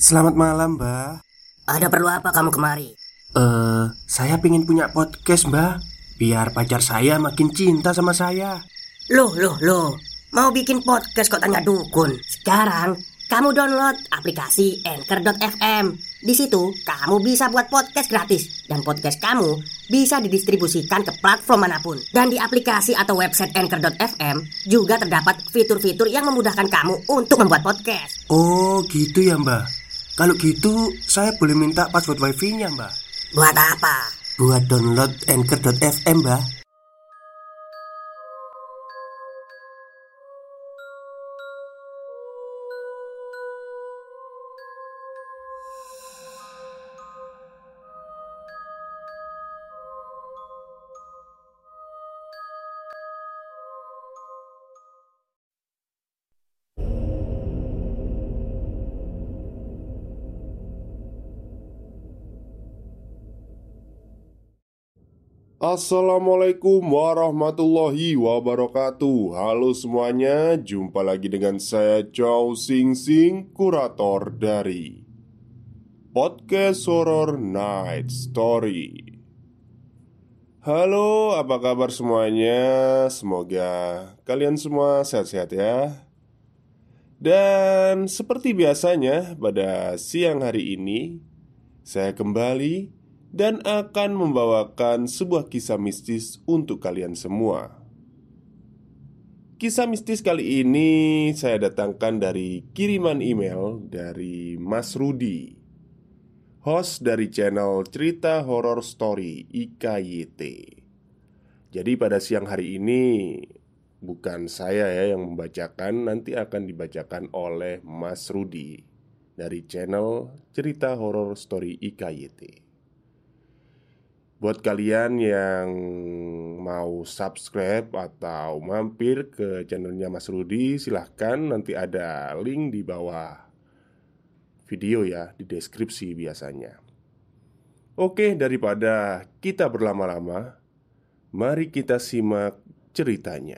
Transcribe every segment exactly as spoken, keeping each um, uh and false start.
Selamat malam, Mbak. Ada perlu apa kamu kemari? Eh, saya pengen punya podcast, Mbak. Biar pacar saya makin cinta sama saya. Loh, loh, loh. Mau bikin podcast kok tanya dukun? Sekarang kamu download aplikasi Anchor dot f m. Di situ kamu bisa buat podcast gratis dan podcast kamu bisa didistribusikan ke platform manapun. Dan di aplikasi atau website Anchor dot f m juga terdapat fitur-fitur yang memudahkan kamu untuk membuat podcast. Oh, gitu ya, Mbak. Kalau gitu, saya boleh minta password wifi-nya, Mbak. Buat apa? Buat download Anchor dot f m, Mbak. Assalamualaikum warahmatullahi wabarakatuh. Halo semuanya, jumpa lagi dengan saya Chow Sing Sing, kurator dari Podcast Horror Night Story. Halo, apa kabar semuanya? Semoga kalian semua sehat-sehat ya. Dan seperti biasanya pada siang hari ini, saya kembali dan akan membawakan sebuah kisah mistis untuk kalian semua. Kisah mistis kali ini saya datangkan dari kiriman email dari Mas Rudi, host dari channel Cerita Horror Story I K Y T. Jadi pada siang hari ini bukan saya ya yang membacakan, nanti akan dibacakan oleh Mas Rudi dari channel Cerita Horror Story I K Y T. Buat kalian yang mau subscribe atau mampir ke channelnya Mas Rudi, silahkan, nanti ada link di bawah video ya, di deskripsi biasanya. Oke, daripada kita berlama-lama, mari kita simak ceritanya.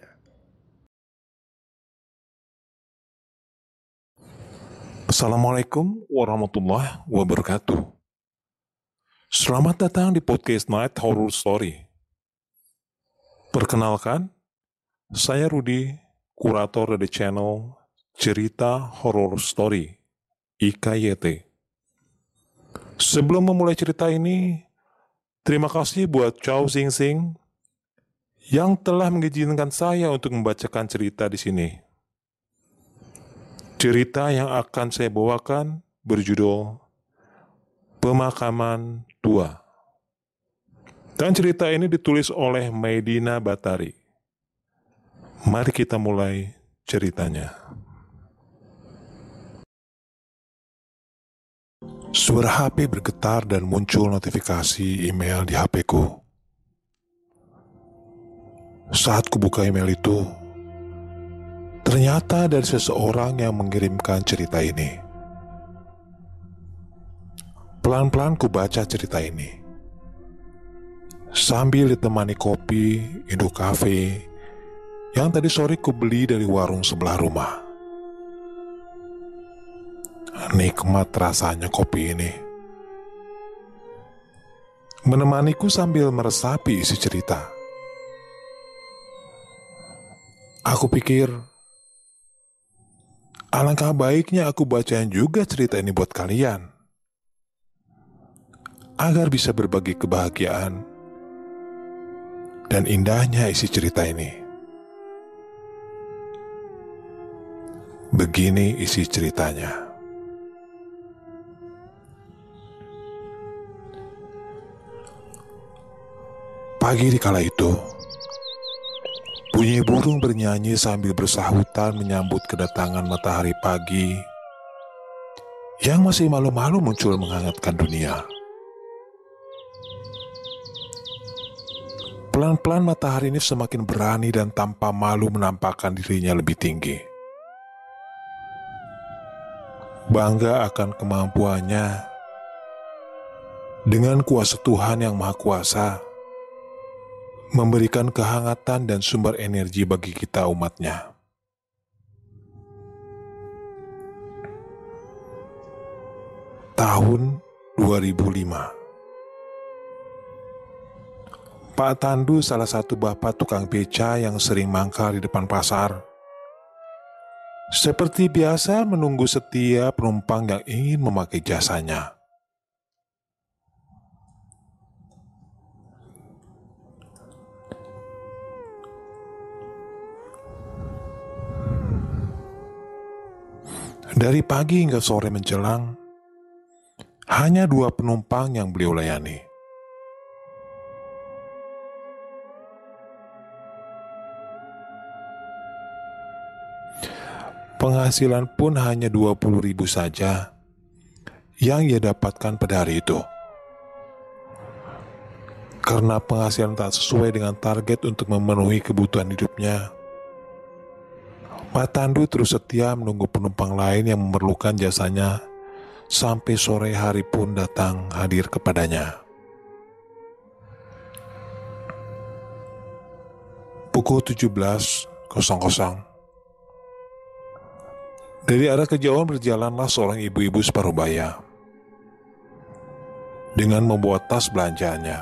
Assalamualaikum warahmatullahi wabarakatuh. Selamat datang di podcast Night Horror Story. Perkenalkan, saya Rudi, kurator dari channel Cerita Horror Story I K Y T. Sebelum memulai cerita ini, terima kasih buat Chow Sing Sing yang telah mengizinkan saya untuk membacakan cerita di sini. Cerita yang akan saya bawakan berjudul Pemakaman Tua. Dan cerita ini ditulis oleh Medina Batari. Mari kita mulai ceritanya. Suara H P bergetar dan muncul notifikasi email di H P-ku. Saat kubuka email itu, ternyata dari seseorang yang mengirimkan cerita ini. Pelan-pelan ku baca cerita ini sambil ditemani kopi Indo Cafe yang tadi sore ku beli dari warung sebelah rumah. Nikmat rasanya kopi ini, menemaniku sambil meresapi isi cerita. Aku pikir, alangkah baiknya aku bacain juga cerita ini buat kalian, agar bisa berbagi kebahagiaan dan indahnya isi cerita ini. Begini isi ceritanya. Pagi di kala itu, bunyi burung bernyanyi sambil bersahutan menyambut kedatangan matahari pagi yang masih malu-malu muncul menghangatkan dunia. Pelan-pelan matahari ini semakin berani dan tanpa malu menampakkan dirinya lebih tinggi. Bangga akan kemampuannya dengan kuasa Tuhan yang Maha Kuasa memberikan kehangatan dan sumber energi bagi kita umatnya. Tahun dua ribu lima. Pak Tandu salah satu bapak tukang beca yang sering mangkal di depan pasar. Seperti biasa menunggu setiap penumpang yang ingin memakai jasanya. Dari pagi hingga sore menjelang, hanya dua penumpang yang beliau layani. Penghasilan pun hanya dua puluh ribu saja yang ia dapatkan pada hari itu. Karena penghasilan tak sesuai dengan target untuk memenuhi kebutuhan hidupnya, Pak Tandu terus setia menunggu penumpang lain yang memerlukan jasanya sampai sore hari pun datang hadir kepadanya. Pukul tujuh belas dari arah kejauhan berjalanlah seorang ibu-ibu separuh baya dengan membawa tas belanjaannya.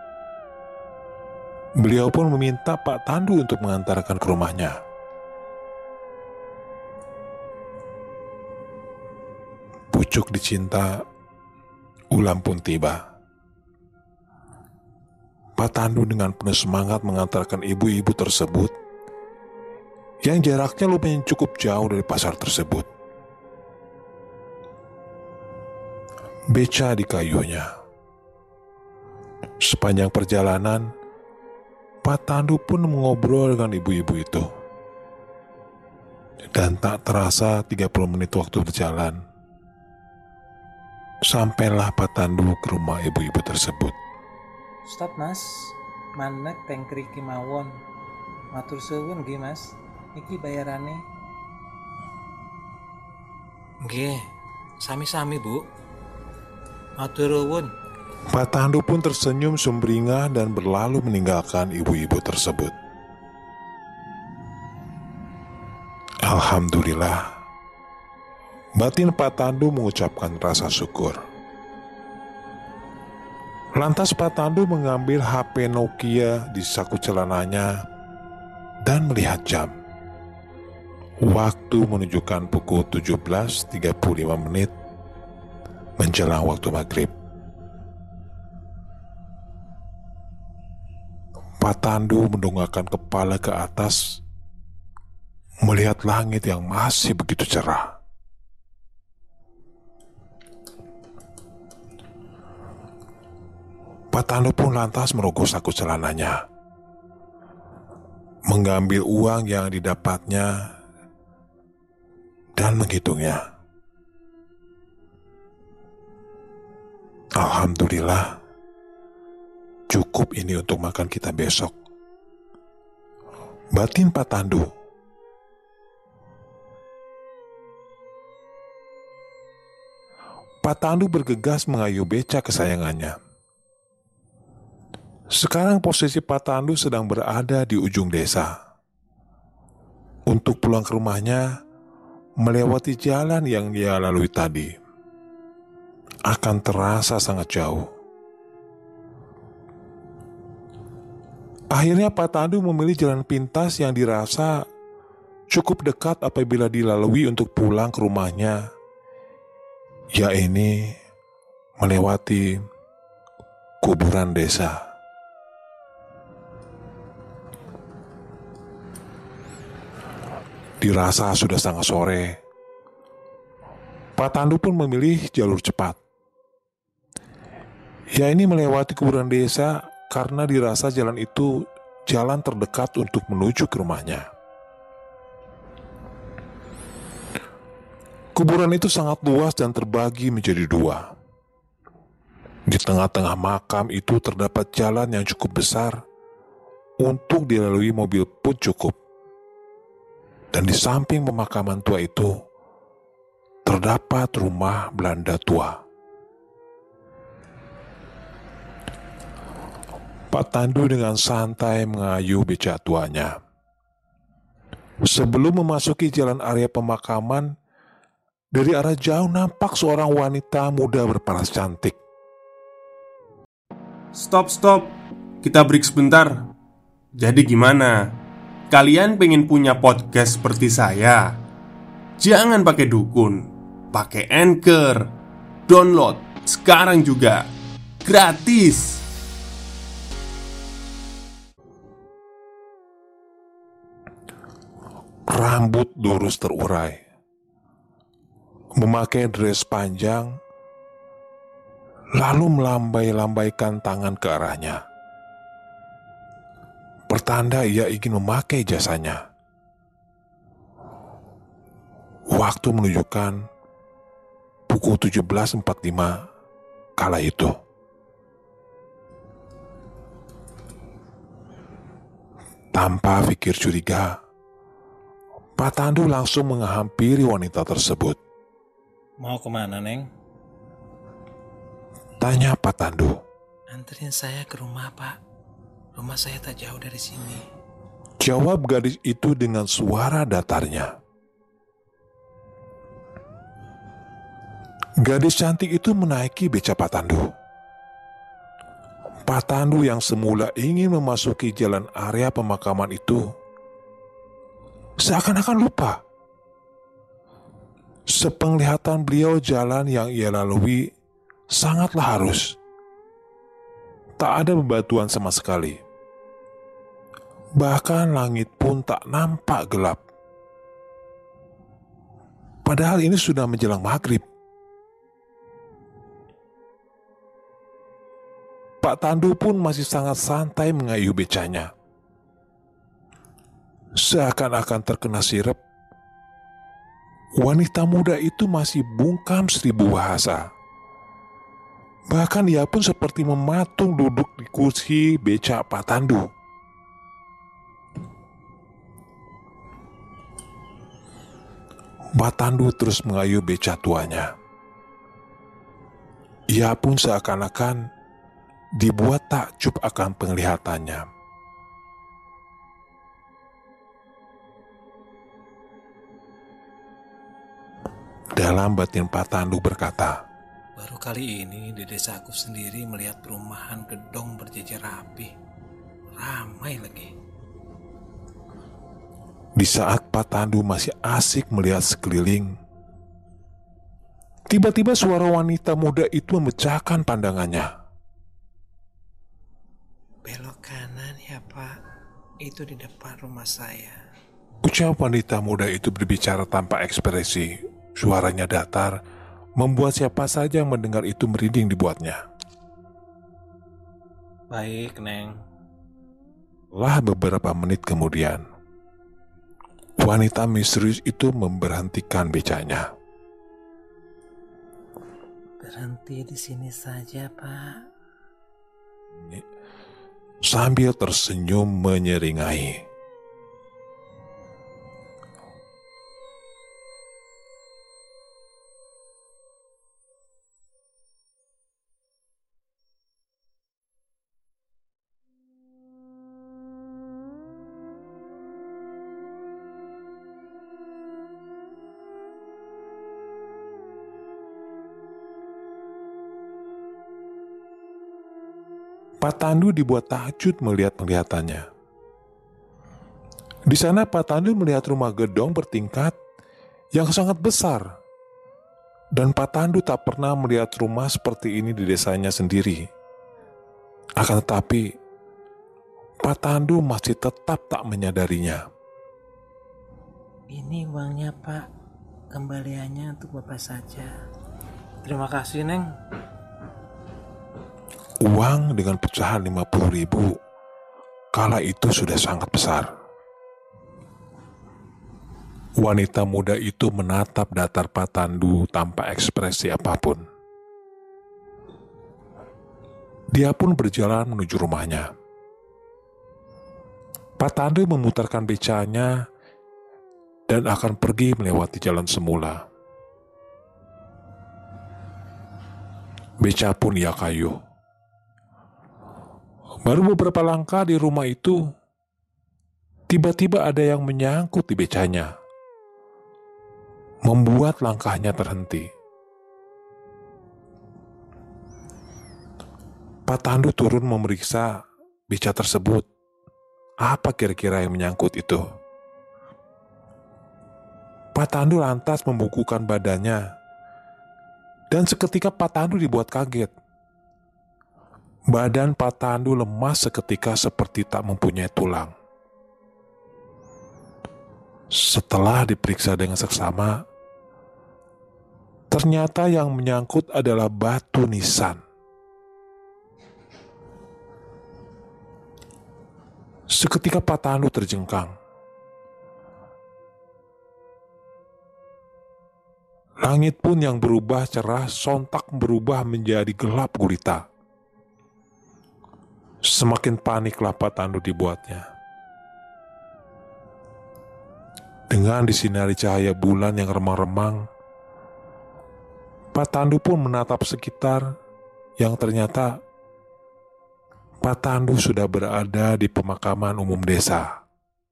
Beliau pun meminta Pak Tandu untuk mengantarkan ke rumahnya. Pucuk dicinta, ulam pun tiba. Pak Tandu dengan penuh semangat mengantarkan ibu-ibu tersebut yang jaraknya lumayan cukup jauh dari pasar tersebut. Beca di kayunya. Sepanjang perjalanan, Pak Tandu pun mengobrol dengan ibu-ibu itu. Dan tak terasa tiga puluh menit waktu berjalan, sampailah Pak Tandu ke rumah ibu-ibu tersebut. Stop mas, manek tengkri kimawon. Matur suwun nggih mas, niki bayarane. Nggih, sami-sami bu. Matur nuwun. Pak Tandu pun tersenyum sumringah dan berlalu meninggalkan ibu-ibu tersebut. Alhamdulillah, batin Pak Tandu mengucapkan rasa syukur. Lantas Pak Tandu mengambil H P Nokia di saku celananya dan melihat jam. Waktu menunjukkan pukul tujuh belas tiga puluh lima menit menjelang waktu maghrib. Pak Tandu mendongakkan kepala ke atas, melihat langit yang masih begitu cerah. Pak Tandu pun lantas merogoh saku celananya, mengambil uang yang didapatnya dan menghitungnya. Alhamdulillah, cukup ini untuk makan kita besok, batin Pak Tandu. Pak Tandu bergegas mengayuh beca kesayangannya. Sekarang posisi Pak Tandu sedang berada di ujung desa. Untuk pulang ke rumahnya, melewati jalan yang dia lalui tadi akan terasa sangat jauh. Akhirnya Pak Tandu memilih jalan pintas yang dirasa cukup dekat apabila dilalui untuk pulang ke rumahnya, yaitu melewati kuburan desa. Dirasa sudah sangat sore, Pak Tandu pun memilih jalur cepat, yaitu melewati kuburan desa karena dirasa jalan itu jalan terdekat untuk menuju ke rumahnya. Kuburan itu sangat luas dan terbagi menjadi dua. Di tengah-tengah makam itu terdapat jalan yang cukup besar untuk dilalui mobil pun cukup. Dan di samping pemakaman tua itu terdapat rumah Belanda tua. Pak Tandu dengan santai mengayuh beca tuanya. Sebelum memasuki jalan area pemakaman, Dari arah jauh nampak seorang wanita muda berparas cantik. Stop, stop. Kita break sebentar. Jadi gimana? Kalian pengen punya podcast seperti saya? Jangan pakai dukun, pakai Anchor. Download sekarang juga. Gratis. Rambut lurus terurai, memakai dress panjang, lalu melambai-lambaikan tangan ke arahnya, pertanda ia ingin memakai jasanya. Waktu menunjukkan pukul tujuh belas empat puluh lima kala itu. Tanpa pikir curiga, Pak Tandu langsung menghampiri wanita tersebut. Mau kemana, Neng? Tanya Pak Tandu. Anterin saya ke rumah, Pak. Rumah saya tak jauh dari sini. Jawab gadis itu dengan suara datarnya. Gadis cantik itu menaiki beca Pak Tandu. Pak Tandu yang semula ingin memasuki jalan area pemakaman itu seakan-akan lupa. Sepenglihatan beliau, jalan yang ia lalui sangatlah halus. Tak ada bebatuan sama sekali. Bahkan langit pun tak nampak gelap. Padahal ini sudah menjelang maghrib. Pak Tandu pun masih sangat santai mengayuh becanya. Seakan-akan terkena sirep, wanita muda itu masih bungkam seribu bahasa. Bahkan ia pun seperti mematung duduk di kursi beca Pak Tandu. Pak Tandu terus mengayuh beca tuanya. Ia pun seakan-akan dibuat takjub akan penglihatannya. Dalam batin Pak Tandu berkata, Baru kali ini di desaku sendiri melihat perumahan gedung berjejer rapi. Ramai lagi. Di saat Pak Tandu masih asik melihat sekeliling, tiba-tiba suara wanita muda itu memecahkan pandangannya. Belok kanan ya, Pak. Itu di depan rumah saya. Ucap wanita muda itu berbicara tanpa ekspresi. Suaranya datar, membuat siapa saja yang mendengar itu merinding dibuatnya. Baik, Neng. Setelah beberapa menit kemudian, wanita misterius itu memberhentikan becanya. Berhenti di sini saja, Pak. Sambil tersenyum menyeringai. Pak Tandu dibuat takjub melihat penglihatannya. Di sana Pak Tandu melihat rumah gedong bertingkat yang sangat besar. Dan Pak Tandu tak pernah melihat rumah seperti ini di desanya sendiri. Akan tetapi, Pak Tandu masih tetap tak menyadarinya. Ini uangnya, Pak. Kembaliannya untuk Bapak saja. Terima kasih, Neng. Uang dengan pecahan lima puluh ribu kala itu sudah sangat besar. Wanita muda itu menatap datar Pak Tandu tanpa ekspresi apapun. Dia pun berjalan menuju rumahnya. Pak Tandu memutarkan becanya dan akan pergi melewati jalan semula. Beca pun ia kayuh. Baru beberapa langkah di rumah itu, tiba-tiba ada yang menyangkut di becanya. membuat langkahnya terhenti. Pak Tandu turun memeriksa beca tersebut. Apa kira-kira yang menyangkut itu? Pak Tandu lantas membukukan badannya, dan seketika Pak Tandu dibuat kaget. Badan Pak Tandu lemas seketika seperti tak mempunyai tulang. Setelah diperiksa dengan seksama, ternyata yang menyangkut adalah batu nisan. Seketika Pak Tandu terjengkang. Langit pun yang berubah cerah sontak berubah menjadi gelap gulita. Semakin paniklah Pak Tandu dibuatnya. Dengan disinari cahaya bulan yang remang-remang, Pak Tandu pun menatap sekitar yang ternyata Pak Tandu sudah berada di pemakaman umum desa.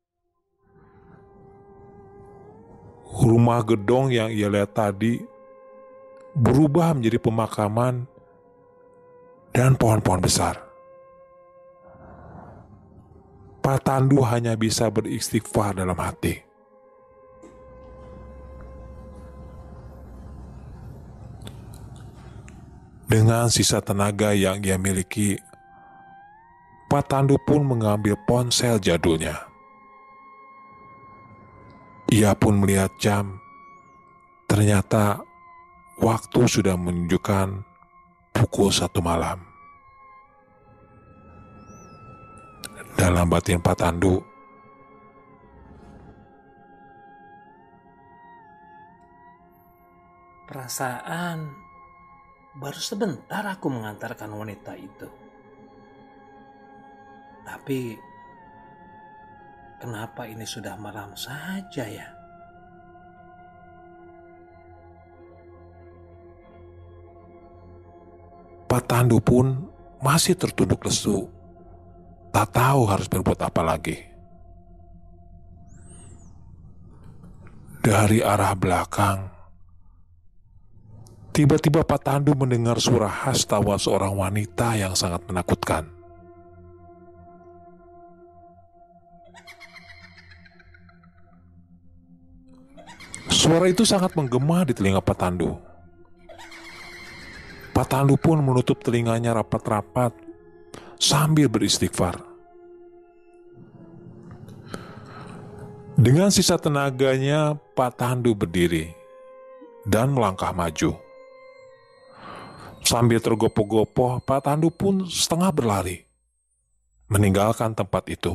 Rumah gedong yang ia lihat tadi berubah menjadi pemakaman dan pohon-pohon besar. Pak Tandu hanya bisa beristighfar dalam hati. Dengan sisa tenaga yang ia miliki, Pak Tandu pun mengambil ponsel jadulnya. Ia pun melihat jam. Ternyata waktu sudah menunjukkan pukul satu malam. Dalam batin Pak Tandu, perasaan baru sebentar aku mengantarkan wanita itu. Tapi kenapa ini sudah malam saja ya? Pak Tandu pun masih tertunduk lesu, tak tahu harus berbuat apa lagi. Dari arah belakang, tiba-tiba Pak Tandu mendengar suara khas tawa seorang wanita yang sangat menakutkan. Suara itu sangat menggema di telinga Pak Tandu. Pak Tandu pun menutup telinganya rapat-rapat sambil beristighfar. Dengan sisa tenaganya, Pak Tandu berdiri dan melangkah maju. Sambil tergopoh-gopoh, Pak Tandu pun setengah berlari, meninggalkan tempat itu.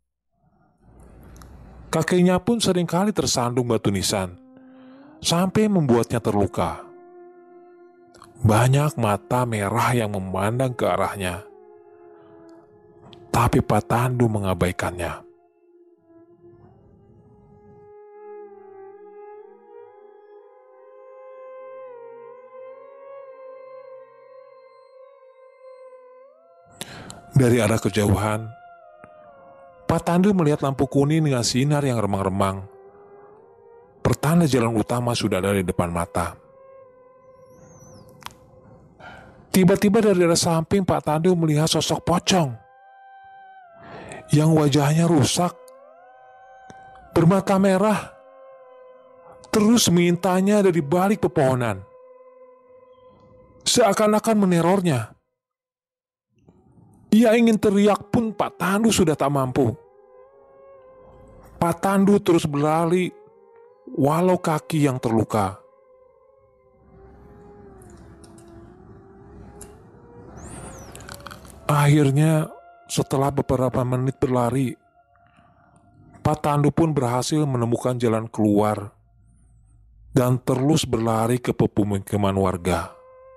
Kakinya pun seringkali tersandung batu nisan, sampai membuatnya terluka. Banyak mata merah yang memandang ke arahnya, tapi Pak Tandu mengabaikannya. Dari arah kejauhan, Pak Tandu melihat lampu kuning dengan sinar yang remang-remang. Pertanda jalan utama sudah ada di depan mata. Tiba-tiba dari arah samping Pak Tandu melihat sosok pocong yang wajahnya rusak, bermata merah, terus mengintanya dari balik pepohonan, seakan-akan menerornya. Ia ingin teriak pun Pak Tandu sudah tak mampu. Pak Tandu terus berlari walau kaki yang terluka. Akhirnya setelah beberapa menit berlari, Pak Tandu pun berhasil menemukan jalan keluar dan terus berlari ke pemukiman warga.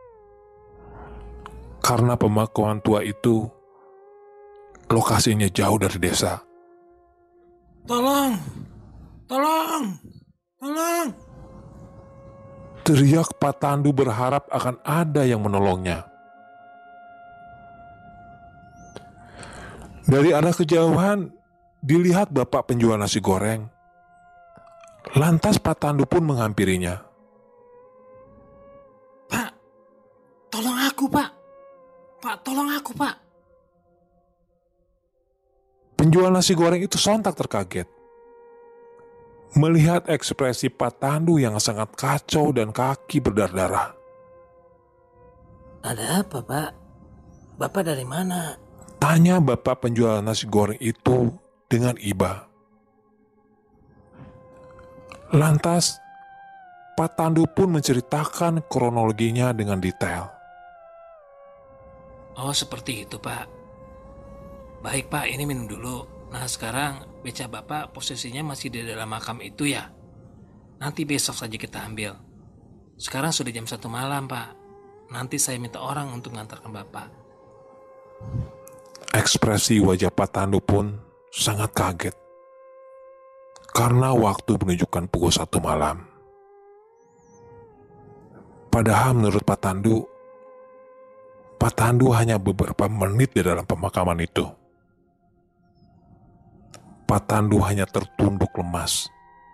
Karena pemakaman tua itu lokasinya jauh dari desa. Tolong, tolong, tolong. Teriak Pak Tandu berharap akan ada yang menolongnya. Dari arah kejauhan, dilihat bapak penjual nasi goreng Lantas Pak Tandu pun menghampirinya. Pak, tolong aku pak. Pak, tolong aku pak. Penjual nasi goreng itu sontak terkaget. Melihat ekspresi Pak Tandu yang sangat kacau dan kaki berdarah-darah. Ada apa pak? Bapak dari mana? Tanya bapak penjual nasi goreng itu dengan iba. Lantas Pak Tandu pun menceritakan kronologinya dengan detail. Oh seperti itu pak. Baik pak, ini minum dulu. Nah sekarang beca bapak posisinya masih di dalam makam itu ya. Nanti besok saja kita ambil. Sekarang sudah jam satu malam pak. Nanti saya minta orang untuk mengantarkan bapak. Ekspresi wajah Pak Tandu pun sangat kaget. Karena waktu menunjukkan pukul satu malam. Padahal menurut Pak Tandu, Pak Tandu hanya beberapa menit di dalam pemakaman itu. Pak Tandu hanya tertunduk lemas.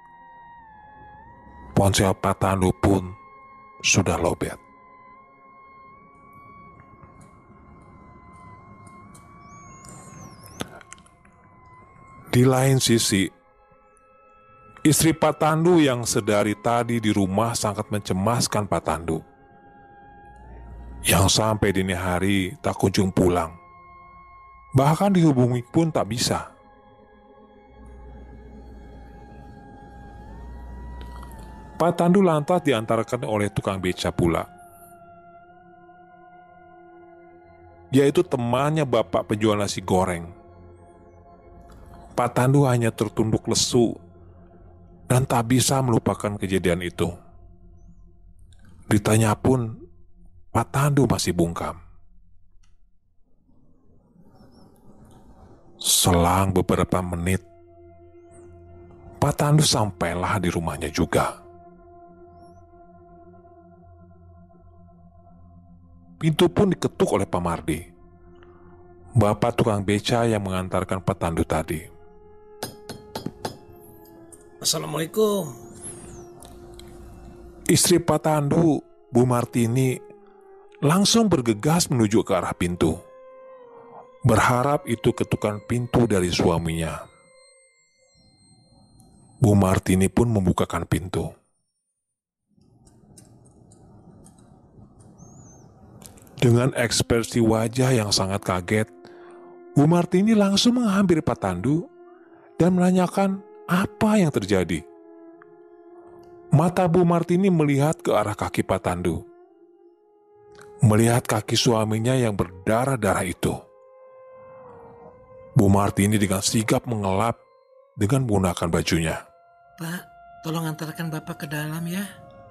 Ponsel Pak Tandu pun sudah lowbat. Di lain sisi, istri Pak Tandu yang sedari tadi di rumah sangat mencemaskan Pak Tandu. Yang sampai dini hari tak kunjung pulang. Bahkan dihubungi pun tak bisa. Pak Tandu lantas diantarkan oleh tukang beca pula. Yaitu temannya bapak penjual nasi goreng. Pak Tandu hanya tertunduk lesu dan tak bisa melupakan kejadian itu. Ditanya pun, Pak Tandu masih bungkam. Selang beberapa menit, Pak Tandu sampailah di rumahnya juga. Pintu pun diketuk oleh Pak Mardi, bapak tukang beca yang mengantarkan Pak Tandu tadi. Assalamualaikum. Istri Pak Tandu, Bu Martini, langsung bergegas menuju ke arah pintu. Berharap itu ketukan pintu dari suaminya. Bu Martini pun membukakan pintu. Dengan ekspresi wajah yang sangat kaget, Bu Martini langsung menghampiri Pak Tandu dan menanyakan apa yang terjadi. Mata Bu Martini melihat ke arah kaki Pak Tandu. Melihat kaki suaminya yang berdarah-darah itu. Bu Martini dengan sigap mengelap dengan menggunakan bajunya. Pak, tolong antarkan bapak ke dalam ya.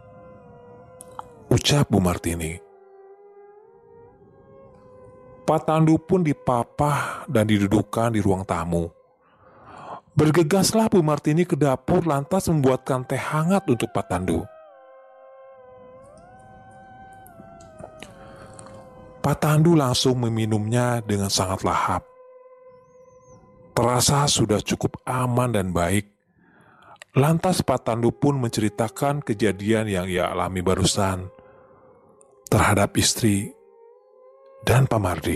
Ucap Bu Martini. Pak Tandu pun dipapah dan didudukan di ruang tamu. Bergegaslah Bu Martini ke dapur lantas membuatkan teh hangat untuk Pak Tandu. Pak Tandu langsung meminumnya dengan sangat lahap. Terasa sudah cukup aman dan baik. Lantas Pak Tandu pun menceritakan kejadian yang ia alami barusan terhadap istri dan Pak Mardi.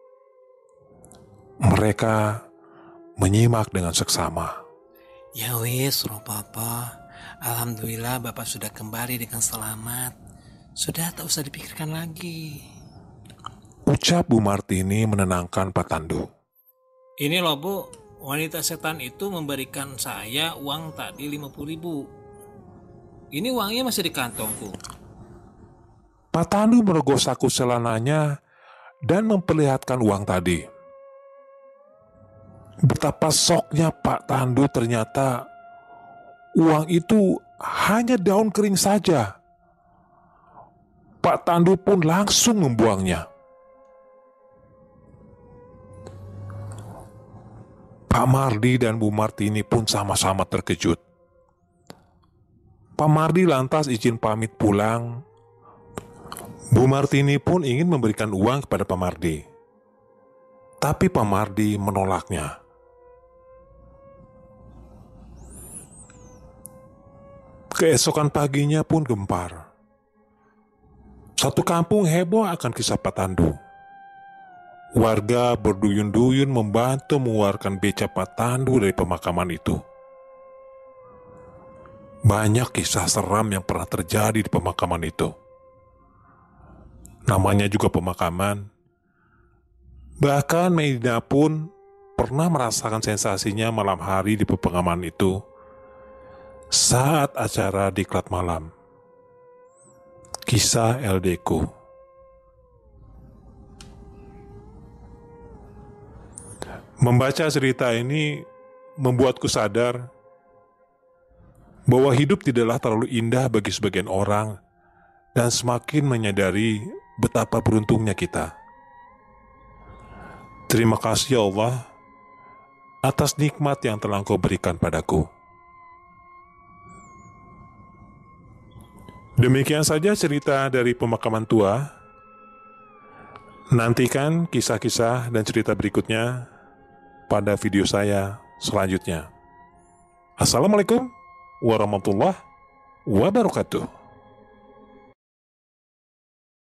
Mereka menyimak dengan seksama. Ya wis, roh papa. Alhamdulillah bapak sudah kembali dengan selamat. Sudah tak usah dipikirkan lagi. Ucap Bu Martini menenangkan Pak Tandu. Ini loh bu, wanita setan itu memberikan saya uang tadi lima puluh ribu. Ini uangnya masih di kantongku. Pak Tandu merogoh saku celananya dan memperlihatkan uang tadi. Betapa syoknya Pak Tandu, ternyata uang itu hanya daun kering saja. Pak Tandu pun langsung membuangnya. Pak Mardi dan Bu Martini pun sama-sama terkejut. Pak Mardi lantas izin pamit pulang. Bu Martini pun ingin memberikan uang kepada Pak Mardi. Tapi Pak Mardi menolaknya. Keesokan paginya pun gempar. Satu kampung heboh akan kisah Patandu. Warga berduyun-duyun membantu mengeluarkan beca Patandu dari pemakaman itu. Banyak kisah seram yang pernah terjadi di pemakaman itu. Namanya juga pemakaman. Bahkan Medina pun pernah merasakan sensasinya malam hari di pemakaman itu saat acara diklat malam. Kisah L D ku. Membaca cerita ini membuatku sadar bahwa hidup tidaklah terlalu indah bagi sebagian orang dan semakin menyadari betapa beruntungnya kita. Terima kasih ya Allah atas nikmat yang telah Engkau berikan padaku. Demikian saja cerita dari pemakaman tua. Nantikan kisah-kisah dan cerita berikutnya pada video saya selanjutnya. Assalamualaikum warahmatullahi wabarakatuh.